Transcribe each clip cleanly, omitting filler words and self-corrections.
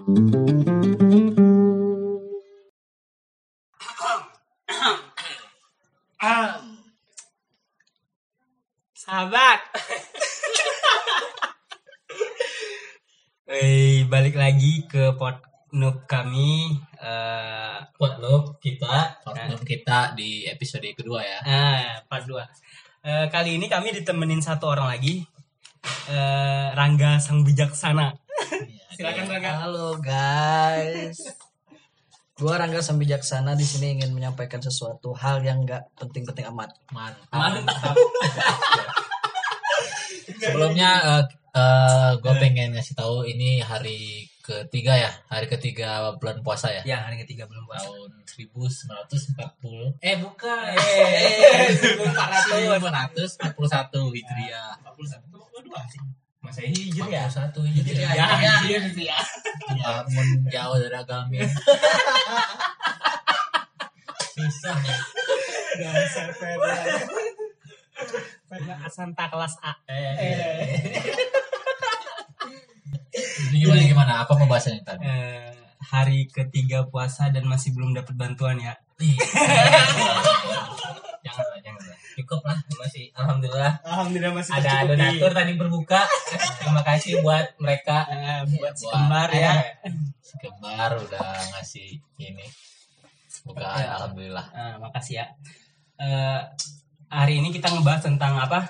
Sahabat. Balik lagi ke Podnoob kami. Podnoob kita di episode kedua ya. Part 2. Kali ini kami ditemenin satu orang lagi. Rangga Sang Bijaksana. Silakan Rangga. Halo guys. Gua Rangga Sang Bijaksana di sini ingin menyampaikan sesuatu hal yang enggak penting-penting amat. Mantap. Sebelumnya gue pengen ngasih tahu ini hari ketiga bulan puasa ya. Ya, hari ketiga bulan puasa. Tahun 1940. Bukan. 1441 Hijriah. 41 sih. Masehi Hijriah. 41 Hijriah. Ya. Bangun jauh dari agama. Susah ya. Dasar Pernah Santa kelas A. Gimana? Apa pembahasannya tadi? Hari ketiga puasa dan masih belum dapat bantuan ya. Janganlah. Cukup lah, masih alhamdulillah masih ada donatur tadi berbuka. Terima kasih buat mereka, buat si kembar ya. Si kembar udah ngasih ini bukaan ya. Alhamdulillah. Makasih ya. Hari ini kita ngebahas tentang apa?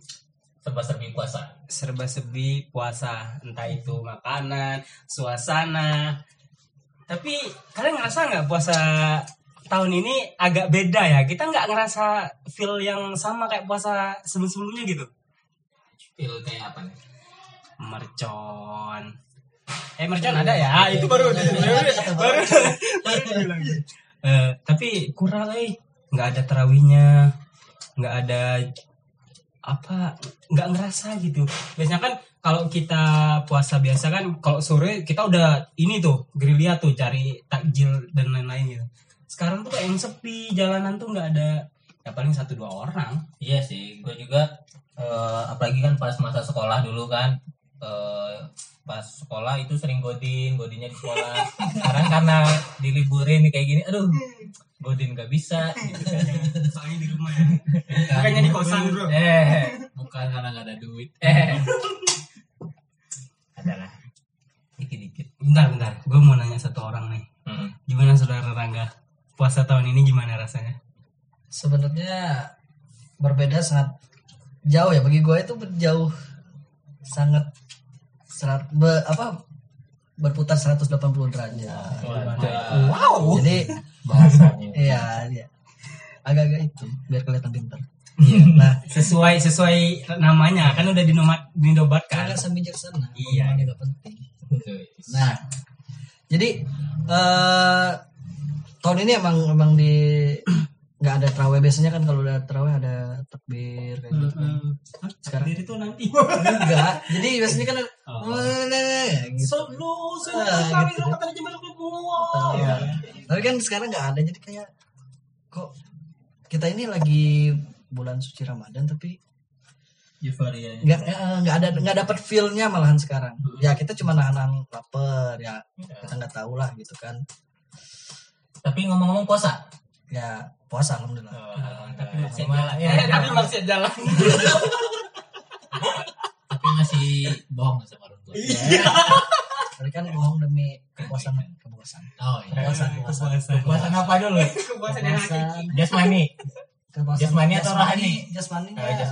Serba-serbi puasa, entah itu makanan, suasana. Tapi kalian ngerasa nggak puasa tahun ini agak beda ya? Kita nggak ngerasa feel yang sama kayak puasa sebelum-sebelumnya gitu. Feel kayak apa nih? Mercon ada ya? Itu baru bilang. Tapi kurang nggak ada tarawihnya, nggak ada nggak ngerasa gitu. Biasanya kan kalau kita puasa biasa kan kalau sore kita udah ini tuh gerilya tuh cari takjil dan lain-lain gitu. Sekarang tuh kayak yang sepi, jalanan tuh nggak ada, ya paling 1-2 orang. Iya sih, gue juga apalagi kan pas masa sekolah dulu kan, pas sekolah itu sering godinnya di sekolah. Sekarang karena diliburin kayak gini, aduh godin gak bisa gitu kan. Soalnya di rumah ya. Bukannya di kosan bro. Bukan karena gak ada duit. Adalah dikit-dikit. Bentar, gue mau nanya satu orang nih. Gimana saudara Rangga? Puasa tahun ini gimana rasanya? Sebenarnya berbeda sangat jauh ya, bagi gue itu jauh sangat berputar 180 derajat. Wow. Jadi bahasanya. Iya. Agak-agak itu biar kelihatan pintar. Iya. Nah, sesuai namanya kan udah dinobatkan. Rangga Sang Bijaksana. Iya, itu penting. Nah, jadi tahun ini emang di nggak ada terawih. Biasanya kan kalau udah terawih ada takbir kayak gitu. Sekarang takbir itu nanti. Enggak. Jadi biasanya kan gitu. Tapi kan sekarang nggak ada, jadi kayak kok kita ini lagi bulan suci Ramadan tapi Euforia. Nggak dapat feel-nya malahan sekarang. Ya kita cuma nahan lapar ya. Kita nggak tahu lah gitu kan. Tapi ngomong-ngomong puasa. Ya puasa alhamdulillah. Tapi masih jalan. Tapi masih bohong sama orang tua. Iya. Tapi kan bohong demi kepuasan. Oh iya. Kepuasan apa dulu? Kepuasan Jasmani. Jasmani atau rohani? Jasmani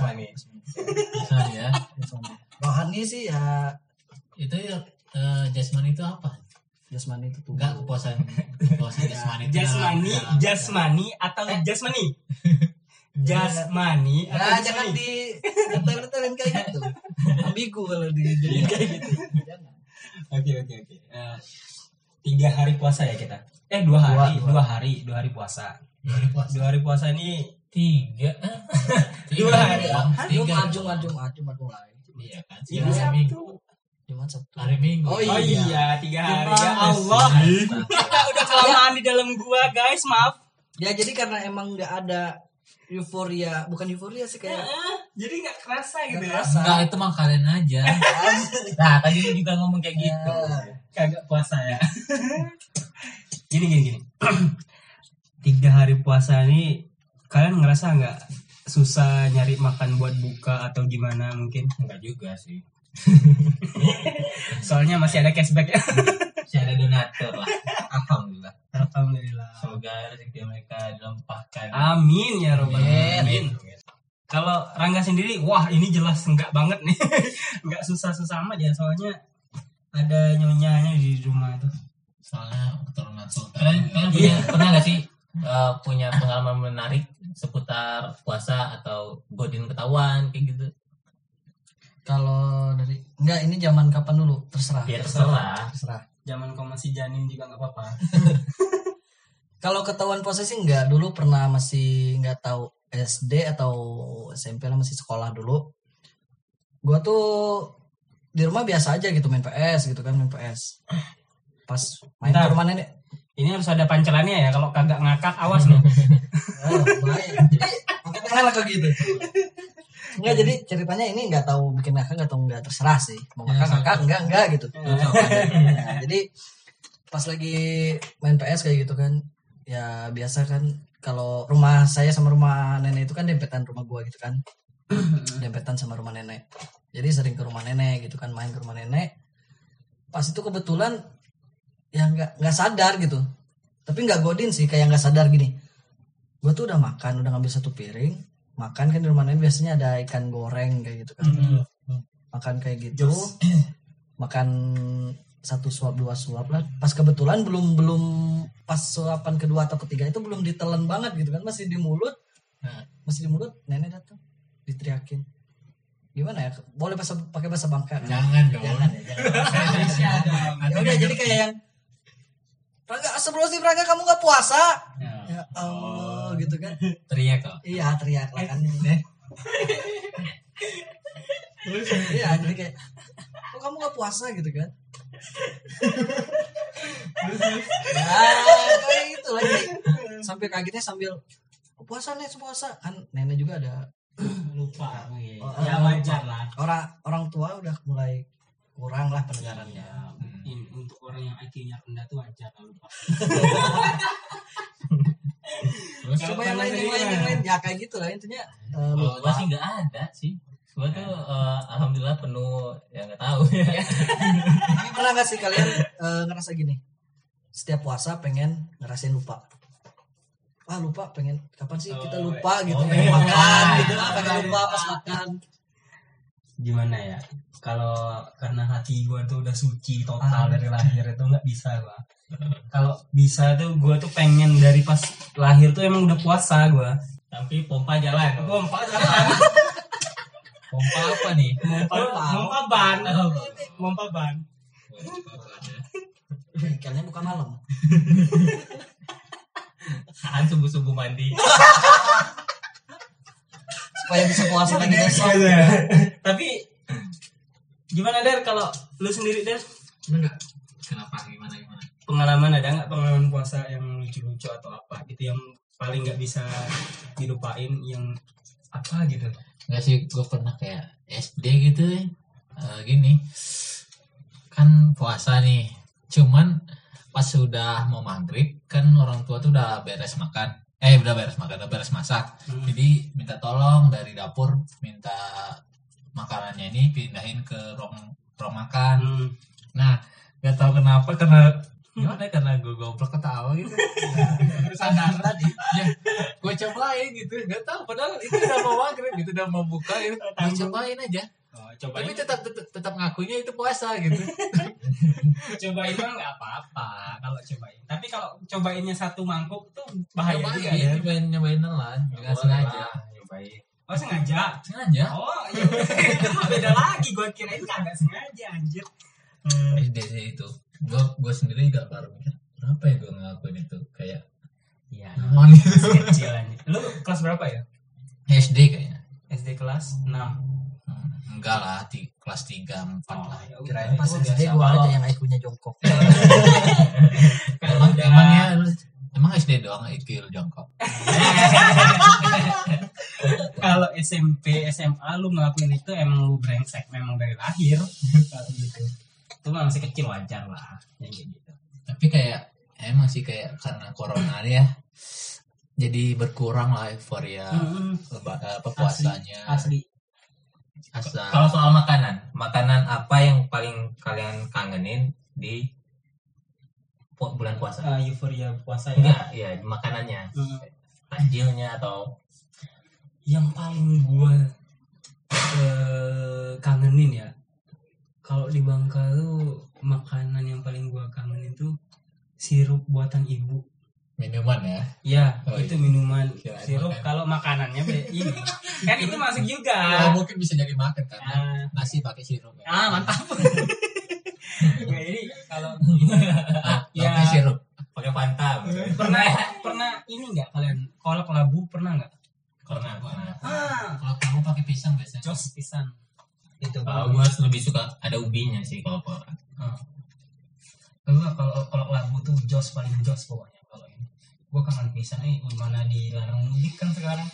ya. Rohani sih ya. Itu jasmani itu apa? Jasmani itu tuh. Enggak, kepuasan jasmani itu. Jasmani atau jasmani? Jasmani atau jasmani? Jangan detail-detailin kayak gitu. Ambigu kalau dijadiin kayak gitu. Jangan. Oke. 3 hari puasa ya kita. 2 hari puasa. 2 hari puasa ini 3 hari. Jumat mulai. Iya kan. Ini Sabtu. Jumat Sabtu. Hari Minggu. Oh iya, 3 hari. Ya Allah. Kita udah kelamaan di dalam gua, guys. Maaf. Ya jadi karena emang nggak ada euforia, bukan euforia sih kayak. Jadi nggak kerasa gitu ya. Enggak, itu mah kalian aja. Nah, tadi lu juga ngomong kayak gitu. kagak puasa ya. Gini. 3 hari puasa ini kalian ngerasa nggak susah nyari makan buat buka atau gimana mungkin? Enggak juga sih. Soalnya masih ada cashback ya. Masih ada donatur lah. Alhamdulillah. Alhamdulillah. Semoga rezeki mereka dilimpahkan. Amin ya robbal Amin. alamin. Kalau Rangga sendiri, wah ini jelas enggak banget nih. Enggak susah-susah amat ya, soalnya ada nyonyanya di rumah tuh. Soalnya keturunan sultan. Kalian pernah nggak sih punya pengalaman menarik seputar puasa atau godin ketahuan kayak gitu? Kalau dari enggak, ini zaman kapan dulu? Terserah. Ya terserah. Terserah. Zaman kau masih janin juga nggak apa-apa. Kalau ketahuan puasa sih enggak, dulu pernah masih enggak tahu SD atau SMP lah, masih sekolah dulu. Gua tuh di rumah biasa aja gitu, main PS gitu kan, main PS. Pas main Bentar. ke rumah nenek. Ini harus ada pancelannya ya, kalau kagak ngakak awas loh. Oh, baik. Jadi pakai tangan lah kok gitu. Enggak, jadi ceritanya ini enggak tahu bikin ngakak atau enggak, terserah sih. Mau ngakak enggak gitu. Nah, jadi pas lagi main PS kayak gitu kan, ya biasa kan, kalau rumah saya sama rumah nenek itu kan dempetan rumah gua gitu kan. Dempetan sama rumah nenek. Jadi sering ke rumah nenek gitu kan, main ke rumah nenek. Pas itu kebetulan ya nggak sadar gitu. Tapi nggak godin sih, kayak nggak sadar gini. Gua tuh udah makan, udah ngambil 1 piring. Makan kan di rumah nenek biasanya ada ikan goreng kayak gitu kan. Makan kayak gitu. Makan 1 suap 2 suap lah. Pas kebetulan belum pas suapan kedua atau ketiga itu belum ditelan banget gitu kan, masih di mulut. Masih di mulut, nenek datang diteriakin. Gimana ya? Boleh pakai bahasa Bangka? Jangan dong. Jangan ya, jangan. Ya udah, jadi kayak yang Rangga, astagfirullahaladzim Rangga, kamu nggak puasa? Ya Allah, gitu kan. Teriak kok. Iya, teriak lah kan. Iya, jadi kayak, kok kamu nggak puasa gitu kan? Ya, kayak gitu lagi. Sampai kagetnya sambil, puasa nih, puasa. Kan nenek juga ada Lupa. Oh, Ya wajar lah. orang tua udah mulai kurang lah pendengarannya. Untuk orang yang IQ-nya rendah tuh wajar lah lupa. Terus Coba yang lain ya kayak gitu lah intinya. kalau gua sih nggak ada sih. Gua tuh alhamdulillah penuh ya nggak tahu ya. Tapi pernah nggak sih kalian ngerasa gini? Setiap puasa pengen ngerasain lupa. Wah lupa, pengen kapan sih kita lupa gitu, pengen makan gitu, pengen lupa pas makan. Gimana ya? Kalau karena hati gue tuh udah suci total dari lahir itu nggak bisa gue. Kalau bisa tuh gue tuh pengen dari pas lahir tuh emang udah puasa gue. Tapi pompa jalan. Pompa jalan. Pompa apa nih? Pompa ban. Pompa ban. Bengkelnya buka malam. Saat subuh mandi. Supaya bisa puasa lagi besok. Tapi gimana Der kalau lu sendiri Der? Enggak. Kenapa? Gimana? Pengalaman ada nggak pengalaman puasa yang lucu-lucu atau apa gitu yang paling nggak bisa dilupain, yang apa gitu? Enggak sih, gue pernah kayak SD gitu ya. Gini. Kan puasa nih. Cuman pas sudah mau maghrib kan orang tua tuh udah beres makan. Udah beres masak. Jadi minta tolong dari dapur, minta makanannya ini pindahin ke ruang makan. Nah, nggak tahu kenapa, karena gue goblok ketawa gitu. Sadar tadi. Ya, gue cobain gitu. Nggak tahu, padahal itu udah mau maghrib gitu, udah mau buka gitu. Gue cobain aja. Tapi tetap ngakunya itu puasa gitu. Cobain mah nggak apa-apa kalau cobain. Tapi kalau cobainnya 1 mangkuk tuh bahaya juga ya. Nyobain lah, nggak sengaja. Nyobain. Oh sengaja? Sengaja. Oh iya. Beda lagi, gue kirain kagak sengaja anjir. SD sih itu. Gue sendiri juga baru mikir, berapa ya gue ngelakuin itu, kayak Iya. aman gitu. Kecil anjir. Lu kelas berapa ya? SD kayaknya. SD kelas 6. Enggak lah, kelas 3, 4 lah. Kirain pas SD gua aja yang IQ-nya jongkok. Emang SD doang IQ jongkok. Kalau SMP, SMA lu ngelakuin itu emang lu brengsek memang dari lahir. Gitu. Itu masih kecil wajar lah yang kayak gitu. Tapi kayak emang sih kayak karena corona ya, jadi berkurang lah euforia puasanya. Asli. Kalau soal makanan apa yang paling kalian kangenin di bulan puasa? Euforia puasa ya. Enggak, ya makanannya. Takjilnya atau Yang paling gua kangenin ya. Kalau di Bangka tuh makanan yang paling gua kangenin tuh sirup buatan ibu. Minuman ya. Ya, Oh, itu iya. minuman. Kirain Sirup makan. kalau makanannya ini. Kan itu masuk juga. Ya, mungkin bisa jadi makan karena Ah. nasi pakai sirup. Ya. Mantap. Ya, jadi kalau Ya. ya Sirup. pakai Fanta? pernah ini enggak kalian kolak labu pernah enggak? Pernah. Kalau kamu pakai pisang biasanya. Jos pisan. Itu Kalau gue lebih suka ada ubinya sih kalau kolak. Enggak, kalau labu tuh jos paling jos pokoknya kalau ini. Gua kangen pisan mana dilarang mudik kan sekarang.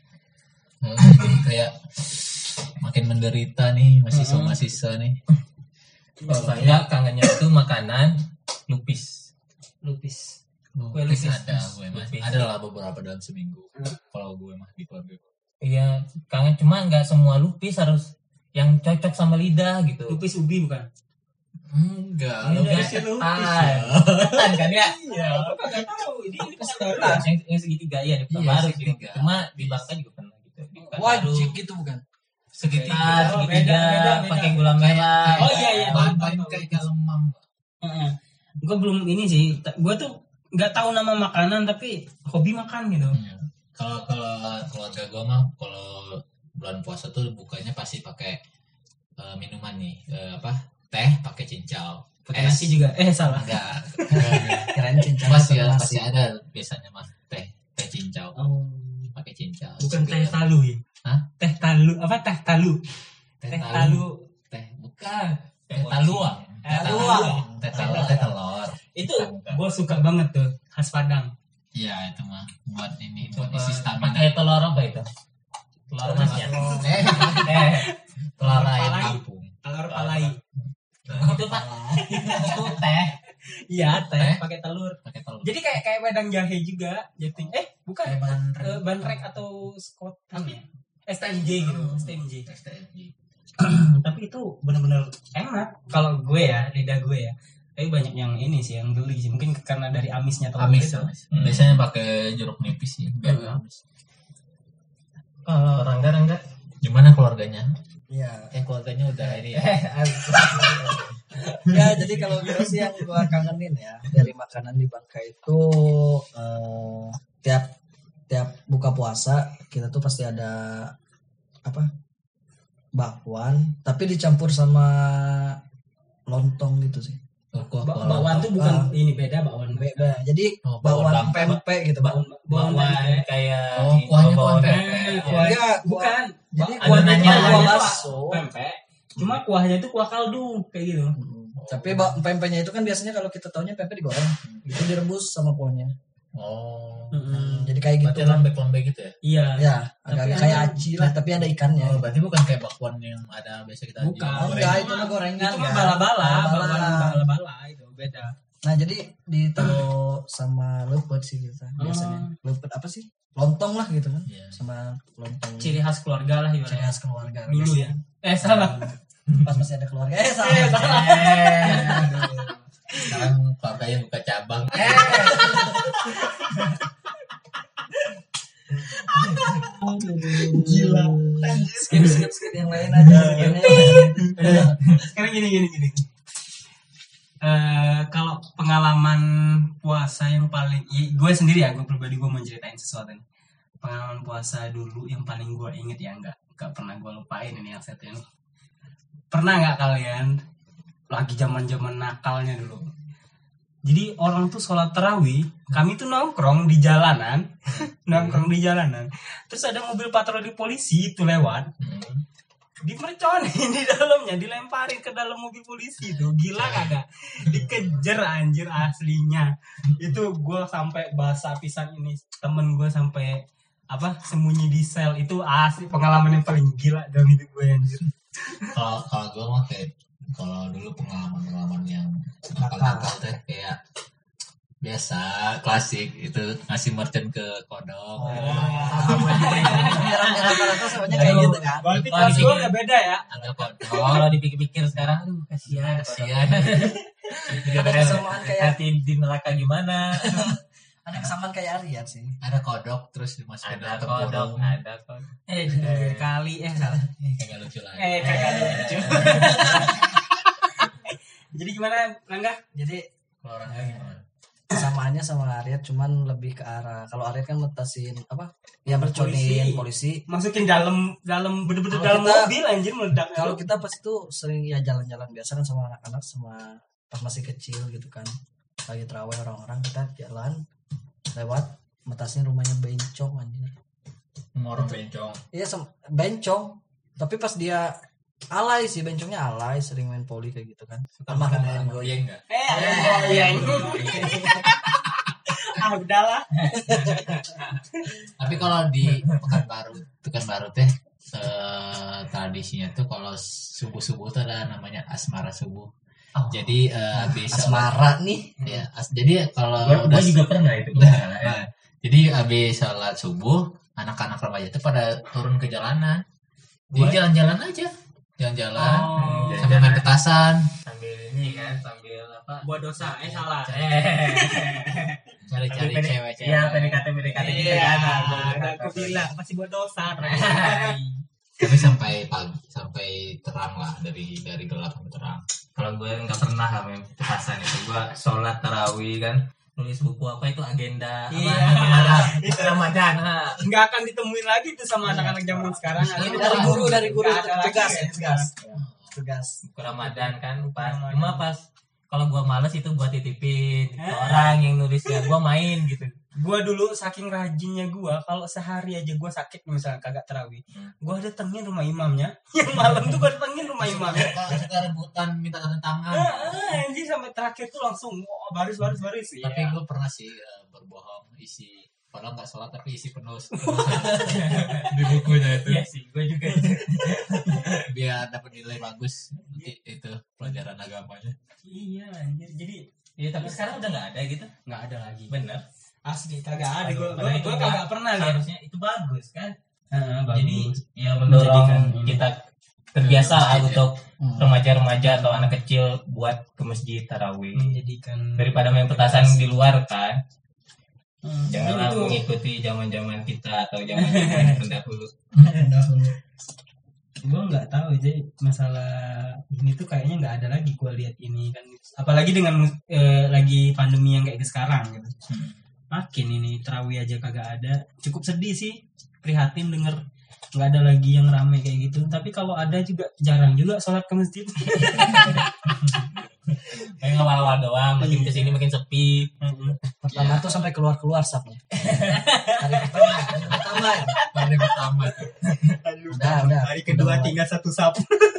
Jadi kayak makin menderita nih mahasiswa nih. Kalau saya kangennya itu makanan lupis. Lupis. Kue lupis. ada gue mah. Lupis. Ada lah beberapa dalam seminggu. Kalau gue mah di keluarga gue. Iya, kangen cuma nggak semua lupis harus yang cocok sama lidah gitu. Lupis ubi bukan? Enggak. Enggak sih lupis ketan. Ketan kan ya? Iya, aku enggak tahu. Ini Ketan yang segitiga ya, di Iya, baru gitu. segitiga. Cuma di Bangka juga pernah gitu. Di Pekanbaru, Wajib gitu bukan? segitiga, Oh, segitiga beda. pakai gula merah. Oh, iya. Bahan kayak lemang. Gue belum ini sih. Gue tuh nggak tahu nama makanan tapi hobi makan gitu. Kalau keluarga gue mah kalau bulan puasa tuh bukanya pasti pakai minuman nih teh pakai cincau. Pakai nasi juga. Salah. Enggak. Kirain cincang Pasti sama pasti nasi. ada biasanya mah teh cincau Oh. pakai cincau. Bukan teh Segar. talu ya? Hah? Teh talu apa teh talu? Teh Teh talu. talu. Teh bukan. Teh taluang. Taluang. Teh telur. Itu Bukan. gue suka banget tuh khas Padang. Iya itu mah buat ini Itu buat isi stamina. pakai telur apa itu? Telur emasnya. Telur ayam palai. kampung. Telur palai. Itu Pak. Itu teh. Iya teh pakai telur. Pakai telur. Jadi kayak wedang jahe juga. Jadi bukan. Kayak bandrek. Banrek atau Scott tapi STMJ gitu. STMJ. STMJ. Tapi itu benar-benar enak kalau gue ya, lidah gue ya. Tapi banyak yang ini sih yang beli sih. Mungkin karena dari amisnya atau Amis. gitu. Biasanya pakai jeruk nipis sih. Biar nggak amis. Kalau Rangga. Gimana keluarganya? Iya. Keluarganya udah ini ya. Ya, jadi kalau gue sih yang gue kangenin ya dari makanan di Bangka itu tiap buka puasa kita tuh pasti ada bakwan tapi dicampur sama lontong gitu sih. Bakwan tuh bukan ini beda bakwan. Beda. Jadi Oh, bakwan bakwan Bangka. pempek gitu. Bakwan kayak Oh, kuahnya bawang kuah pempek. kuah. Enggak, Bukan. Jadi Ada kuahnya nanya, kuah ada bakso. Pempek. Cuma kuahnya itu kuah kaldu kayak gitu. Tapi pempeknya itu kan biasanya kalau kita taunya pempek digoreng, itu direbus sama kuahnya. Oh. Jadi kayak gitu. Berarti lembek-lembek gitu ya? Iya. Ya, agak Tapi kayak ada- aci lah, tapi ada ikannya. Oh, berarti bukan kayak bakwan yang ada biasa kita Bukan. jual Oh, goreng. enggak, itu mah gorengan. Itu mah kan? bala-bala, Bala-bala. bala-bala itu beda. Nah, jadi ditaruh sama lepet sih kita biasanya. Lepet apa sih? Lontong lah gitu kan. Iya. Sama lontong. Ciri khas keluarga lah Ciri ibaratnya. khas keluarga. Dulu ya. Salah. Pas masih ada keluarga. Salah. Aduh. Sekarang keluarganya buka cabang. Gila. Skip yang lain aja. Sekarang gini. Kalau pengalaman puasa yang paling gue sendiri ya, gue pribadi gue mau ceritain sesuatu nih. Pengalaman puasa dulu yang paling gue inget ya, nggak pernah gue lupain ini yang satu ini. Pernah nggak kalian lagi zaman nakalnya dulu? Jadi orang tuh sholat tarawih, kami tuh nongkrong di jalanan, Terus ada mobil patroli polisi itu lewat, dimerconin di dalamnya, dilemparin ke dalam mobil polisi itu, gila kagak? Dikejar anjir aslinya. Itu gue sampai basah pisan ini, temen gue sampai sembunyi di sel. Itu asli pengalaman yang paling gila dalam hidup gue anjir. Kalau gue mah kayak Kalau dulu pengalaman yang nakal-nakal teh kayak biasa klasik itu ngasih merchant ke kodok. Rata-rata semuanya kayak gitu kan. Berarti kelas gua nggak beda ya. Ada kodok. Kalau dipikir-pikir sekarang, aduh kasihan. Ada kesamaan kayak Nanti di neraka gimana? ada kesamaan kayak Aryan sih. Ada kodok terus dimasukin Ada dalam kodok, tempurung. ada kodok. Kali salah. Kagak lucu lagi. Kagak lucu. Jadi gimana, Langga? Jadi Kalau orangnya gimana? kesamaannya sama Aryan cuman lebih ke arah kalau Aryan kan metasin apa? Ya merconin polisi. Masukin dalam bener-bener Kalau dalam kita- mobil anjir meledak. Kalau kita pas itu sering ya jalan-jalan biasa kan sama anak-anak sama pas masih kecil gitu kan. Lagi terawih orang-orang kita jalan lewat metasin rumahnya bencong anjir. Nomor bencong. Iya bencong. Tapi pas dia alay sih bencongnya alay sering main poli kayak gitu kan. Sama kan Ayam goyeng nggak? Iya. Udahlah. Tapi kalau di Pekanbaru teh tradisinya tuh kalau subuh tuh ada namanya asmara subuh. Jadi habis asmara nih. ya jadi kalau Gue juga pernah itu. Nah, jadi habis sholat subuh anak-anak remaja itu pada turun ke jalanan. Jadi jalan-jalan aja, jalan-jalan sambil main petasan, Sambil ini kan, sambil apa? Buat dosa, salah. cari-cari cewek-cewek. Iya, PDKT gitu kan. Aku bilang masih buat dosa. Tapi sampai pagi, sampai terang lah dari gelap sampai terang. Kalau gue nggak pernah sama yang petasan itu, gue sholat tarawih kan, nulis buku apa itu agenda Iya. itu Ramadan. Nggak akan ditemuin lagi tuh sama anak-anak zaman sekarang. Dari guru Nggak ada tugas lagi, ya, tugas. Buku Ramadan kan, cuma pas kalau gue males itu gue titipin ke orang yang nulisnya, gue main gitu. Gua dulu saking rajinnya gua, kalau sehari aja gua sakit misalnya kagak terawih, gua datengin rumah imamnya. Yang malam tuh gua datengin rumah imamnya. Kalau suka rebutan minta tanda tangan. Anjir sampai terakhir tuh langsung baris. Tapi gue pernah sih berbohong isi padahal nggak sholat tapi isi penuh di bukunya itu Iya sih, gue juga. biar dapat nilai bagus nanti itu pelajaran agamanya. Iya anjir. Jadi Iya, tapi sekarang udah nggak ada gitu. nggak ada lagi. Bener. Asli kagak ada. Gua Padahal itu kagak pernah lihat. Harusnya itu bagus kan. Jadi Jadi ya mendorong Menjadikan- kita terbiasa untuk remaja-remaja atau anak kecil buat ke masjid tarawih menjadikan daripada main petasan di luar kan. Janganlah itu mengikuti zaman-zaman kita atau zaman-zaman pendahulu. gue nggak tahu aja masalah ini tuh kayaknya nggak ada lagi gue lihat ini kan, apalagi dengan lagi pandemi yang kayak sekarang gitu. Makin ini terawih aja kagak ada, cukup sedih sih, prihatin denger nggak ada lagi yang rame kayak gitu. Tapi kalau ada juga jarang juga sholat ke masjid. Kayak awal-awal doang, makin kesini makin sepi. Pertama tuh sampai keluar sapnya. Hari pertama. Hari pertama tuh. Udah. Hari kedua tinggal satu sap.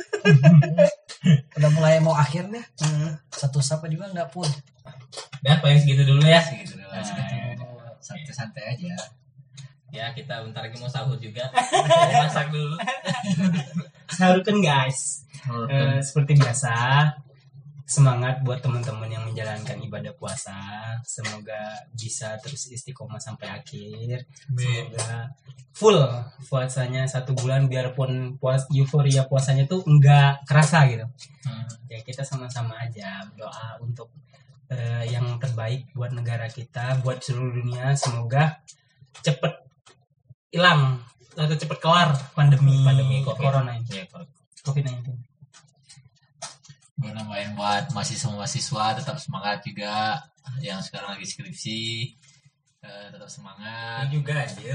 Udah mulai mau akhirnya. Satu sap juga nggak pun. Dan paling segitu dulu ya. Gitu dulu. Santai-santai aja. Ya kita bentar lagi mau sahur juga. Masak dulu. Sarukan guys. Seperti biasa, semangat buat teman-teman yang menjalankan ibadah puasa. Semoga bisa terus istiqomah sampai akhir. Semoga full puasanya 1 bulan, biarpun euforia puasanya tuh enggak kerasa gitu. Ya kita sama-sama aja berdoa untuk yang terbaik buat negara kita, buat seluruh dunia. Semoga cepet hilang atau cepet kelar pandemi corona ini. Ya, COVID-19. Gue nambahin buat mahasiswa tetap semangat juga yang sekarang lagi skripsi, tetap semangat. ini juga anjir.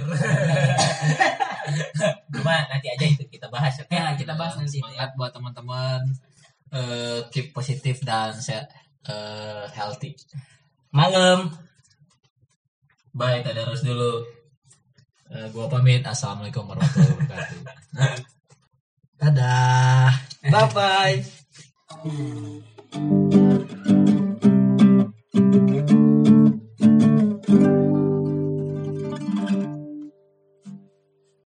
Cuma nanti aja itu kita bahas. Ya, kita bahas nanti. Semangat buat teman-teman, keep positif dan healthy. Malam. Bye, tadarus dulu. Gua pamit. Assalamualaikum warahmatullahi wabarakatuh. Dadah. Bye bye.